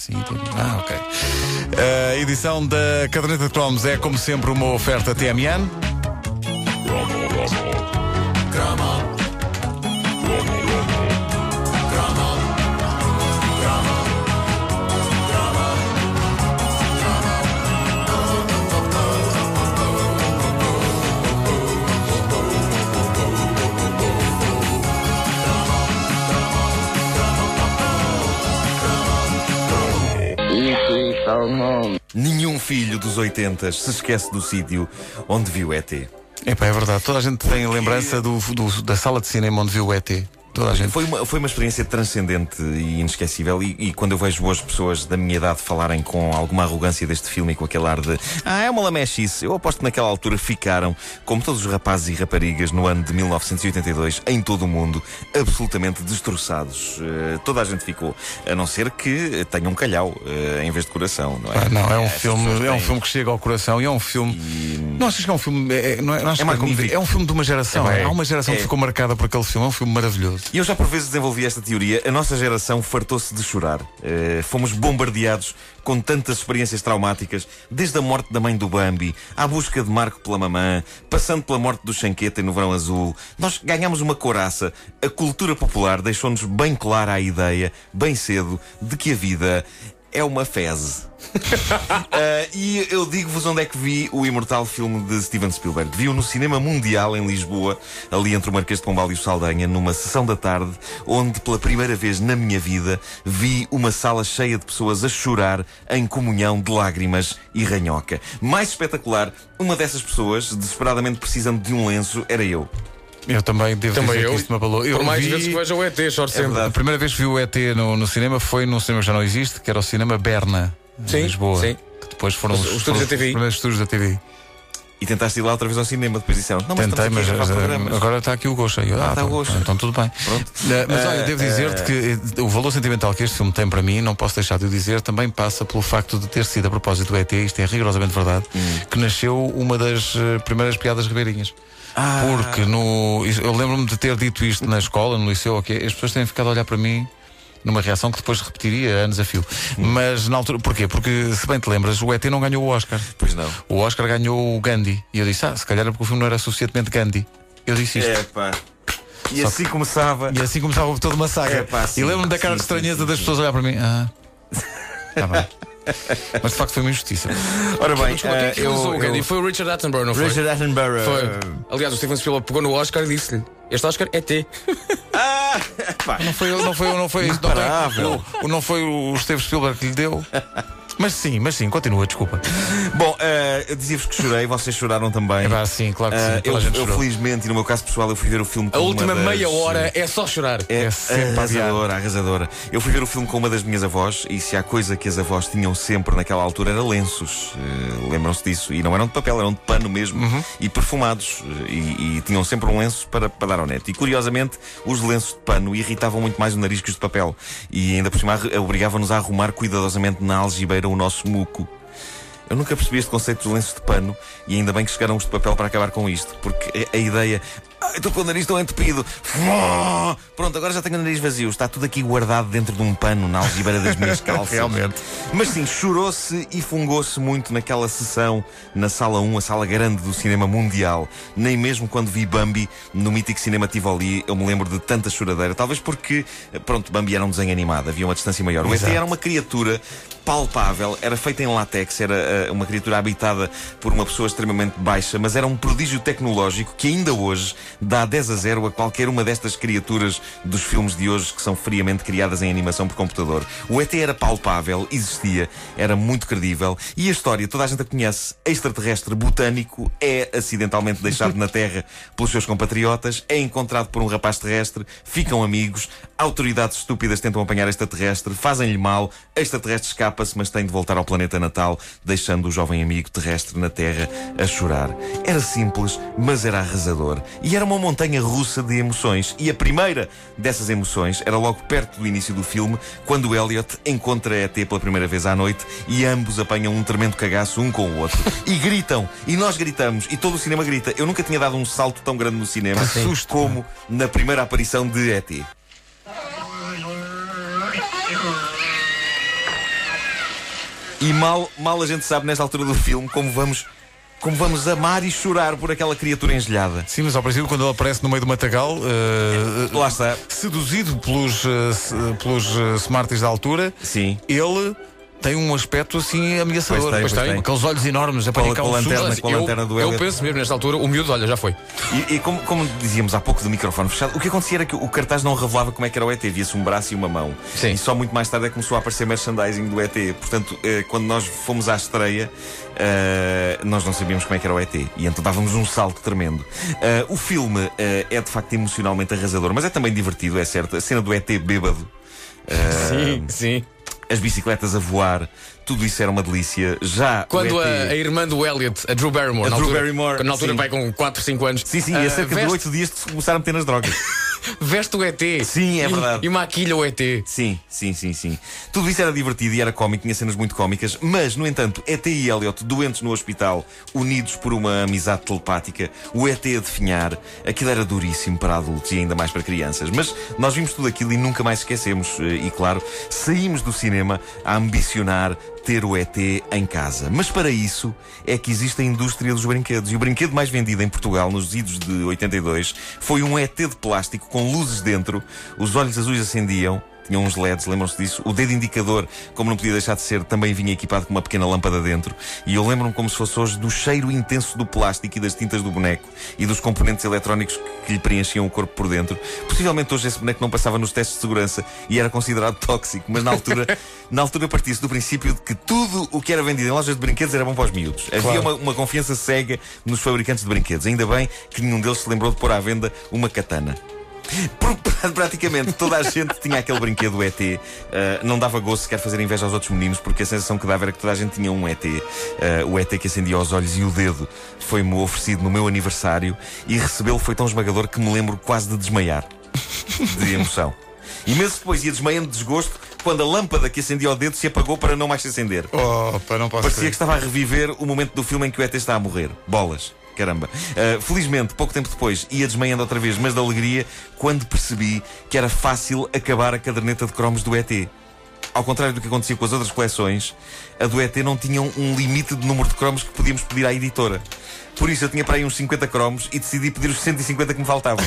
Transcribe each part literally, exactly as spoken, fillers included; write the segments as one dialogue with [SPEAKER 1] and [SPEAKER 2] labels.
[SPEAKER 1] assim. Ah, ok. A edição da Caderneta de Cromos é, como sempre, uma oferta T M N.
[SPEAKER 2] Nenhum filho dos oitentas se esquece do sítio onde viu E T.
[SPEAKER 1] Epá, é verdade, toda a gente tem a lembrança do, do- da sala de cinema onde viu o E T. Toda a gente.
[SPEAKER 2] Foi uma, foi uma experiência transcendente e inesquecível. E, e quando eu vejo boas pessoas da minha idade falarem com alguma arrogância deste filme e com aquele ar de ah, é uma lamechice, eu aposto que naquela altura ficaram, como todos os rapazes e raparigas no ano de mil novecentos e oitenta e dois, em todo o mundo, absolutamente destroçados. Uh, toda a gente ficou, a não ser que tenha um calhau uh, em vez de coração, não é?
[SPEAKER 1] Ah, não, é um
[SPEAKER 2] Essas
[SPEAKER 1] filme,
[SPEAKER 2] pessoas
[SPEAKER 1] é um
[SPEAKER 2] têm-
[SPEAKER 1] filme que chega ao coração e é um filme.
[SPEAKER 2] E-
[SPEAKER 1] Não achas que é um filme. É, não é, não achas
[SPEAKER 2] É
[SPEAKER 1] que
[SPEAKER 2] magnífico.
[SPEAKER 1] é um filme de uma geração.
[SPEAKER 2] É,
[SPEAKER 1] Há uma geração
[SPEAKER 2] é.
[SPEAKER 1] que ficou marcada por aquele filme. É um filme maravilhoso.
[SPEAKER 2] E eu já por vezes desenvolvi esta teoria. A nossa geração fartou-se de chorar. Uh, fomos bombardeados com tantas experiências traumáticas, desde a morte da mãe do Bambi, à busca de Marco pela mamã, passando pela morte do Chanqueta no Verão Azul. Nós ganhámos uma couraça. A cultura popular deixou-nos bem clara a ideia, bem cedo, de que a vida é uma fezes. Uh, e eu digo-vos onde é que vi o imortal filme de Steven Spielberg. Vi-o no Cinema Mundial em Lisboa, ali entre o Marquês de Pombal e o Saldanha, numa sessão da tarde, onde pela primeira vez na minha vida vi uma sala cheia de pessoas a chorar em comunhão de lágrimas e ranhoca. Mais espetacular, uma dessas pessoas, desesperadamente precisando de um lenço, era eu.
[SPEAKER 1] Eu também devo
[SPEAKER 3] Também
[SPEAKER 1] dizer
[SPEAKER 3] eu.
[SPEAKER 1] que isto me abalou. Eu
[SPEAKER 3] Por mais
[SPEAKER 1] vi...
[SPEAKER 3] vezes que veja o E T, choro sempre.
[SPEAKER 2] verdade.
[SPEAKER 1] A primeira vez que vi o E T no, no cinema foi num cinema que já não existe, que era o Cinema Berna, em
[SPEAKER 3] Sim,
[SPEAKER 1] Lisboa.
[SPEAKER 3] sim.
[SPEAKER 1] Que depois foram
[SPEAKER 3] Os-
[SPEAKER 1] os,
[SPEAKER 3] os
[SPEAKER 1] foram
[SPEAKER 3] estúdios da T V I.
[SPEAKER 1] os primeiros estúdios da T V I.
[SPEAKER 2] E tentaste ir lá outra vez ao cinema, depois disseram, não, mas
[SPEAKER 1] Tentei,
[SPEAKER 2] estamos
[SPEAKER 1] mas
[SPEAKER 2] aqui a gravar
[SPEAKER 1] eh,
[SPEAKER 2] programas.
[SPEAKER 1] agora está aqui o Gosha. Eu,
[SPEAKER 2] Ah,
[SPEAKER 1] ah,
[SPEAKER 2] está o
[SPEAKER 1] pá,
[SPEAKER 2] Gosha.
[SPEAKER 1] então tudo bem.
[SPEAKER 2] Pronto.
[SPEAKER 1] Eh, Mas
[SPEAKER 2] Eh,
[SPEAKER 1] olha, devo dizer-te que eh, o valor sentimental que este filme tem para mim, não posso deixar de o dizer, também passa pelo facto de ter sido a propósito do E T, isto é rigorosamente verdade,
[SPEAKER 2] Hum.
[SPEAKER 1] que nasceu uma das eh, primeiras piadas ribeirinhas.
[SPEAKER 2] Ah.
[SPEAKER 1] Porque no, isso- eu lembro-me de ter dito isto na escola, no liceu, ok, as pessoas têm ficado a olhar para mim numa reação que depois repetiria anos a fio.
[SPEAKER 2] Hum.
[SPEAKER 1] Mas na altura, porquê? Porque, se bem te lembras, o E T não ganhou o Oscar.
[SPEAKER 2] Pois não.
[SPEAKER 1] O Oscar ganhou o Gandhi. E eu disse, ah, se calhar é porque o filme não era suficientemente Gandhi. Eu disse isto.
[SPEAKER 2] É pá. E
[SPEAKER 1] Só
[SPEAKER 2] assim começava.
[SPEAKER 1] E assim começava toda uma saga.
[SPEAKER 2] É, pá, sim,
[SPEAKER 1] e lembro-me da cara
[SPEAKER 2] sim,
[SPEAKER 1] de estranheza
[SPEAKER 2] sim, sim,
[SPEAKER 1] das
[SPEAKER 2] sim.
[SPEAKER 1] pessoas a olhar para mim. Ah, tá bem. Mas de facto foi uma injustiça.
[SPEAKER 2] Ora bem,
[SPEAKER 3] Desculpa, quem é que
[SPEAKER 2] eh,
[SPEAKER 3] usou o
[SPEAKER 2] eu,
[SPEAKER 3] Gandhi?
[SPEAKER 2] eu,
[SPEAKER 3] Foi o Richard Attenborough, não foi?
[SPEAKER 2] Richard Attenborough.
[SPEAKER 3] Foi. Aliás, o Steven Spielberg pegou no Oscar e disse-lhe: este Oscar é T.
[SPEAKER 2] Ah, pá.
[SPEAKER 1] Não foi, não foi, não foi, não foi,
[SPEAKER 2] Imparável.
[SPEAKER 1] não, não foi o Steve Spielberg que lhe deu. Mas sim, mas sim, continua, desculpa.
[SPEAKER 2] Bom, eh, eu dizia-vos que chorei, vocês choraram também.
[SPEAKER 1] É pá, sim, claro que sim.
[SPEAKER 2] Eh,
[SPEAKER 1] toda
[SPEAKER 2] eu,
[SPEAKER 1] a gente
[SPEAKER 2] eu
[SPEAKER 1] chorou.
[SPEAKER 2] felizmente, e no meu caso pessoal, eu fui ver o filme com
[SPEAKER 3] A última
[SPEAKER 2] uma das...
[SPEAKER 3] meia hora é só chorar.
[SPEAKER 2] É,
[SPEAKER 1] É sempre
[SPEAKER 2] arrasadora, arrasadora. Eu fui ver o filme com uma das minhas avós e se há coisa que as avós tinham sempre naquela altura era lenços. Eh, Lembram-se disso? E não eram de papel, eram de pano mesmo e perfumados. Eh, E, e tinham sempre um lenço para, para dar ao neto. E curiosamente, os lenços de pano irritavam muito mais o nariz que os de papel. E ainda por cima arre- obrigavam-nos a arrumar cuidadosamente na algibeira o nosso muco. Eu nunca percebi este conceito dos lenços de pano e ainda bem que chegaram os de papel para acabar com isto, porque a, a ideia. Ah, estou com o nariz tão entupido. Fua! Pronto, agora já tenho o nariz vazio. Está tudo aqui guardado dentro de um pano na algibeira das minhas calças.
[SPEAKER 1] Realmente.
[SPEAKER 2] Mas sim, chorou-se e fungou-se muito naquela sessão na sala um, a sala grande do cinema mundial. Nem mesmo quando vi Bambi no mítico cinema Tivoli eu me lembro de tanta choradeira. Talvez porque, pronto, Bambi era um desenho animado, havia uma distância maior. O E T
[SPEAKER 1] Exato.
[SPEAKER 2] era uma criatura palpável, era feita em látex, era uh, uma criatura habitada por uma pessoa extremamente baixa, mas era um prodígio tecnológico que ainda hoje dá dez a zero a qualquer uma destas criaturas dos filmes de hoje que são friamente criadas em animação por computador. O E T era palpável, existia, era muito credível e a história, toda a gente a conhece, extraterrestre botânico, é acidentalmente deixado na Terra pelos seus compatriotas, é encontrado por um rapaz terrestre, ficam amigos, autoridades estúpidas tentam apanhar extraterrestre, fazem-lhe mal, extraterrestre escapa-se, mas tem de voltar ao planeta natal, deixando o jovem amigo terrestre na Terra a chorar. Era simples, mas era arrasador. E era uma montanha russa de emoções. E a primeira dessas emoções era logo perto do início do filme, quando Elliot encontra E T pela primeira vez à noite e ambos apanham um tremendo cagaço um com o outro. E gritam. E nós gritamos. E todo o cinema grita. Eu nunca tinha dado um salto tão grande no cinema
[SPEAKER 1] Susto.
[SPEAKER 2] como na primeira aparição de E T. E mal, mal a gente sabe nesta altura do filme como vamos... Como vamos amar e chorar por aquela criatura engelhada.
[SPEAKER 1] Sim, mas ao princípio, quando ele aparece no meio do matagal, uh,
[SPEAKER 2] Lá está.
[SPEAKER 1] seduzido pelos, uh, pelos uh, Smarties da altura,
[SPEAKER 2] Sim.
[SPEAKER 1] ele tem um aspecto assim ameaçador.
[SPEAKER 2] Pois tem,
[SPEAKER 1] Pois
[SPEAKER 2] pois
[SPEAKER 1] tem.
[SPEAKER 2] tem.
[SPEAKER 1] Aqueles olhos enormes a
[SPEAKER 2] Com a-
[SPEAKER 1] panicar
[SPEAKER 2] com a
[SPEAKER 1] um
[SPEAKER 2] lanterna,
[SPEAKER 1] susto.
[SPEAKER 2] com a lanterna do
[SPEAKER 3] eu, eu
[SPEAKER 2] Elliot.
[SPEAKER 3] penso mesmo, nesta altura, o miúdo, olha, já foi.
[SPEAKER 2] E, e como, como dizíamos há pouco do microfone fechado, o que acontecia era que o cartaz não revelava como é que era o E T. Via-se um braço e uma mão.
[SPEAKER 3] Sim.
[SPEAKER 2] E só muito mais tarde é que começou a aparecer merchandising do E T. Portanto, eh, quando nós fomos à estreia, eh, nós não sabíamos como é que era o E T. E então dávamos um salto tremendo. Eh, o filme eh, é de facto emocionalmente arrasador, mas é também divertido, é certo. A cena do E T bêbado. eh,
[SPEAKER 3] Sim, sim.
[SPEAKER 2] As bicicletas a voar, tudo isso era uma delícia. Já
[SPEAKER 3] Quando
[SPEAKER 2] o
[SPEAKER 3] a,
[SPEAKER 2] E T...
[SPEAKER 3] a irmã do Elliot, a Drew Barrymore,
[SPEAKER 2] A
[SPEAKER 3] na
[SPEAKER 2] Drew
[SPEAKER 3] altura,
[SPEAKER 2] Barrymore,
[SPEAKER 3] quando na altura
[SPEAKER 2] sim.
[SPEAKER 3] vai com quatro, cinco anos.
[SPEAKER 2] Sim, sim,
[SPEAKER 3] ah,
[SPEAKER 2] e a cerca
[SPEAKER 3] veste,
[SPEAKER 2] de oito dias de começar a meter nas drogas.
[SPEAKER 3] veste o E T.
[SPEAKER 2] Sim, é
[SPEAKER 3] e,
[SPEAKER 2] verdade.
[SPEAKER 3] E maquilha o E T.
[SPEAKER 2] Sim, sim, sim, sim. Tudo isso era divertido e era cómico, tinha cenas muito cómicas, mas, no entanto, E T e Elliot, doentes no hospital, unidos por uma amizade telepática, o E T a definhar, aquilo era duríssimo para adultos e ainda mais para crianças. Mas nós vimos tudo aquilo e nunca mais esquecemos. E, claro, saímos do cinema a ambicionar ter o E T em casa. Mas para isso é que existe a indústria dos brinquedos. E o brinquedo mais vendido em Portugal, nos idos de oitenta e dois, foi um E T de plástico com luzes dentro, os olhos azuis acendiam, tinham uns L E Ds, lembram-se disso? O dedo indicador, como não podia deixar de ser, também vinha equipado com uma pequena lâmpada dentro. E eu lembro-me como se fosse hoje do cheiro intenso do plástico e das tintas do boneco e dos componentes eletrónicos que lhe preenchiam o corpo por dentro. Possivelmente hoje esse boneco não passava nos testes de segurança e era considerado tóxico, mas na altura, na altura partia-se do princípio de que tudo o que era vendido em lojas de brinquedos era bom para os miúdos. Havia
[SPEAKER 1] Claro.
[SPEAKER 2] uma, uma confiança cega nos fabricantes de brinquedos. Ainda bem que nenhum deles se lembrou de pôr à venda uma katana. Por- praticamente toda a gente tinha aquele brinquedo E T. Uh, não dava gosto sequer fazer inveja aos outros meninos, porque a sensação que dava era que toda a gente tinha um E T. Uh, o E T que acendia os olhos e o dedo foi-me oferecido no meu aniversário e recebê-lo foi tão esmagador que me lembro quase de desmaiar de emoção. E meses depois ia desmaiando de desgosto quando a lâmpada que acendia o dedo se apagou para não mais se acender.
[SPEAKER 1] Oh, pá, não posso
[SPEAKER 2] Parecia
[SPEAKER 1] crer.
[SPEAKER 2] que estava a reviver o momento do filme em que o E T está a morrer. Bolas. Caramba. Uh, felizmente, pouco tempo depois, ia desmaiando outra vez, mas de alegria, quando percebi que era fácil acabar a caderneta de cromos do E T. Ao contrário do que acontecia com as outras coleções, a do E T não tinha um limite de número de cromos que podíamos pedir à editora. Por isso eu tinha para aí uns cinquenta cromos e decidi pedir os cento e cinquenta que me faltavam.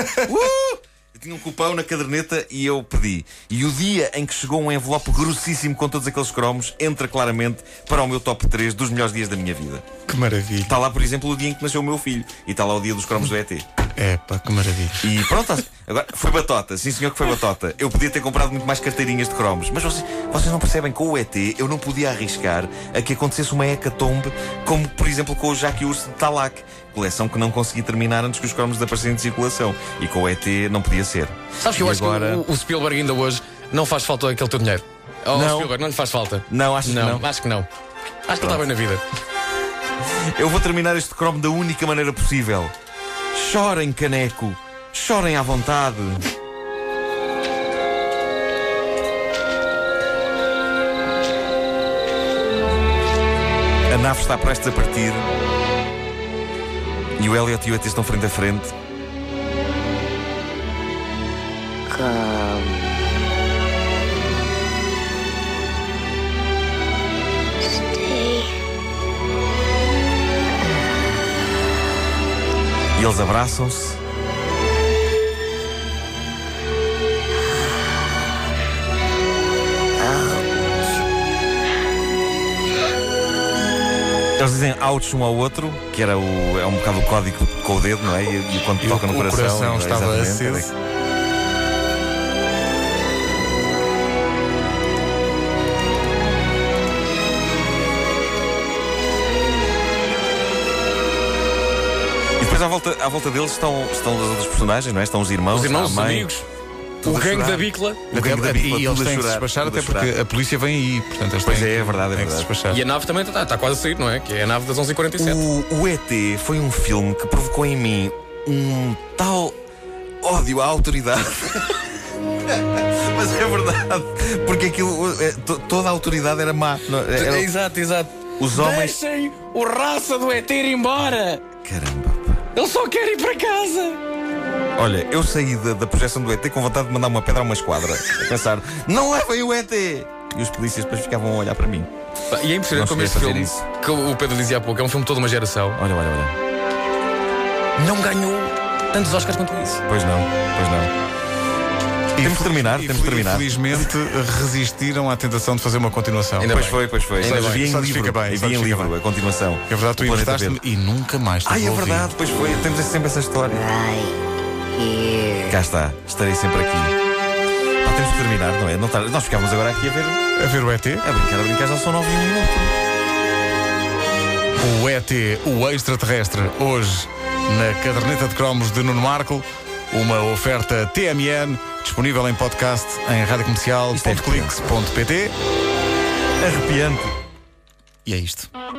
[SPEAKER 2] uh! Eu tinha um cupão na caderneta e eu pedi. E o dia em que chegou um envelope grossíssimo com todos aqueles cromos entra claramente para o meu top três dos melhores dias da minha vida.
[SPEAKER 1] Que maravilha.
[SPEAKER 2] Está lá, por exemplo, o dia em que nasceu o meu filho. E está lá o dia dos cromos do E T.
[SPEAKER 1] É, pá, que maravilha.
[SPEAKER 2] E pronto, agora foi batota. Sim, senhor, que foi batota. Eu podia ter comprado muito mais carteirinhas de cromos. Mas vocês, vocês não percebem, com o E T eu não podia arriscar a que acontecesse uma hecatombe, como, por exemplo, com o Jacques Urso de Talac. Coleção que não consegui terminar antes que os cromos desaparecessem de circulação. E com o E T não podia ser.
[SPEAKER 3] Sabes que eu
[SPEAKER 2] E
[SPEAKER 3] acho
[SPEAKER 2] agora...
[SPEAKER 3] que o, o Spielberg ainda hoje não faz falta aquele teu dinheiro. Oh,
[SPEAKER 2] Não.
[SPEAKER 3] Spielberg, não lhe faz falta.
[SPEAKER 2] Não, acho que não.
[SPEAKER 3] Acho que não. Acho que ele está bem na vida.
[SPEAKER 2] Eu vou terminar este cromo da única maneira possível. Chorem, caneco. Chorem à vontade. A nave está prestes a partir. E o Elliot e o E T estão frente a frente.
[SPEAKER 4] Come. Stay.
[SPEAKER 2] E eles abraçam-se. Eles dizem ouch um ao outro, que era o, é um bocado o código com o dedo, não é? E, e quando
[SPEAKER 1] E
[SPEAKER 2] toca
[SPEAKER 1] o,
[SPEAKER 2] no
[SPEAKER 1] o
[SPEAKER 2] coração,
[SPEAKER 1] coração
[SPEAKER 2] é,
[SPEAKER 1] estava
[SPEAKER 2] exatamente,
[SPEAKER 1] aceso.
[SPEAKER 2] é- E depois à volta, à volta deles estão, estão os outros personagens, não é? Estão os irmãos,
[SPEAKER 3] Os irmãos,
[SPEAKER 2] a
[SPEAKER 3] os
[SPEAKER 2] mãe,
[SPEAKER 3] amigos,
[SPEAKER 2] tudo
[SPEAKER 3] o
[SPEAKER 2] a
[SPEAKER 3] gangue
[SPEAKER 2] chorar.
[SPEAKER 3] da bicla.
[SPEAKER 2] O gangue da bicla,
[SPEAKER 1] E
[SPEAKER 2] tudo
[SPEAKER 1] eles
[SPEAKER 2] a
[SPEAKER 1] têm que se
[SPEAKER 2] chorar,
[SPEAKER 1] despachar
[SPEAKER 2] tudo a
[SPEAKER 1] até porque
[SPEAKER 2] chorar.
[SPEAKER 1] a polícia vem aí. Portanto, eles
[SPEAKER 2] Pois
[SPEAKER 1] têm
[SPEAKER 2] é,
[SPEAKER 1] que-
[SPEAKER 2] é verdade, é
[SPEAKER 1] têm que se
[SPEAKER 2] verdade.
[SPEAKER 1] despachar.
[SPEAKER 3] E a nave também está tá quase a sair, não é? Que é a nave das onze e quarenta e sete.
[SPEAKER 2] O, o E T foi um filme que provocou em mim um tal ódio à autoridade. Mas é verdade, porque aquilo, é, to- toda a autoridade era má. não- era-
[SPEAKER 3] Exato, exato.
[SPEAKER 2] os homens.
[SPEAKER 3] Deixem o raça do E T ir embora.
[SPEAKER 2] Caramba, pá.
[SPEAKER 3] Ele só quer ir para casa.
[SPEAKER 2] Olha, eu saí da, da projeção do E T com vontade de mandar uma pedra a uma esquadra. A pensar, não levem o E T! E os polícias depois ficavam a olhar para mim.
[SPEAKER 3] E é impressionante
[SPEAKER 2] Não
[SPEAKER 3] como
[SPEAKER 2] cheguei
[SPEAKER 3] este
[SPEAKER 2] a fazer
[SPEAKER 3] filme,
[SPEAKER 2] isso.
[SPEAKER 3] que o Pedro dizia há pouco, é um filme de toda uma geração,
[SPEAKER 2] Olha, olha, olha.
[SPEAKER 3] não ganhou tantos Oscars quanto isso.
[SPEAKER 2] Pois não, pois não. Temos de terminar,
[SPEAKER 1] E
[SPEAKER 2] temos de terminar.
[SPEAKER 1] Felizmente resistiram à tentação de fazer uma continuação.
[SPEAKER 3] Ainda
[SPEAKER 2] Pois
[SPEAKER 3] bem.
[SPEAKER 2] foi, pois foi.
[SPEAKER 3] Ainda
[SPEAKER 2] Havia
[SPEAKER 3] bem.
[SPEAKER 2] em
[SPEAKER 1] Só
[SPEAKER 2] livro,
[SPEAKER 1] fica bem, só
[SPEAKER 2] havia em
[SPEAKER 1] fica
[SPEAKER 2] livro
[SPEAKER 1] bem.
[SPEAKER 2] a continuação.
[SPEAKER 1] É verdade, tu
[SPEAKER 2] O Planeta
[SPEAKER 1] emprestaste-me
[SPEAKER 2] Verde.
[SPEAKER 1] e nunca mais te
[SPEAKER 2] Ai, é
[SPEAKER 1] devolvi.
[SPEAKER 2] verdade, pois foi. Temos sempre essa história.
[SPEAKER 4] Right here.
[SPEAKER 2] Cá está, estarei sempre aqui. Pá, temos de terminar, não é? Não tá- Nós ficávamos agora aqui a ver.
[SPEAKER 1] A ver o E T?
[SPEAKER 2] A brincar, a brincar, já são nove e um minuto.
[SPEAKER 1] O E T, o extraterrestre, hoje na caderneta de cromos de Nuno Marco, uma oferta T M N, disponível em podcast em rádio comercial
[SPEAKER 2] Isto é
[SPEAKER 1] ponto clix ponto pt.
[SPEAKER 2] Arrepiante.
[SPEAKER 1] E é isto.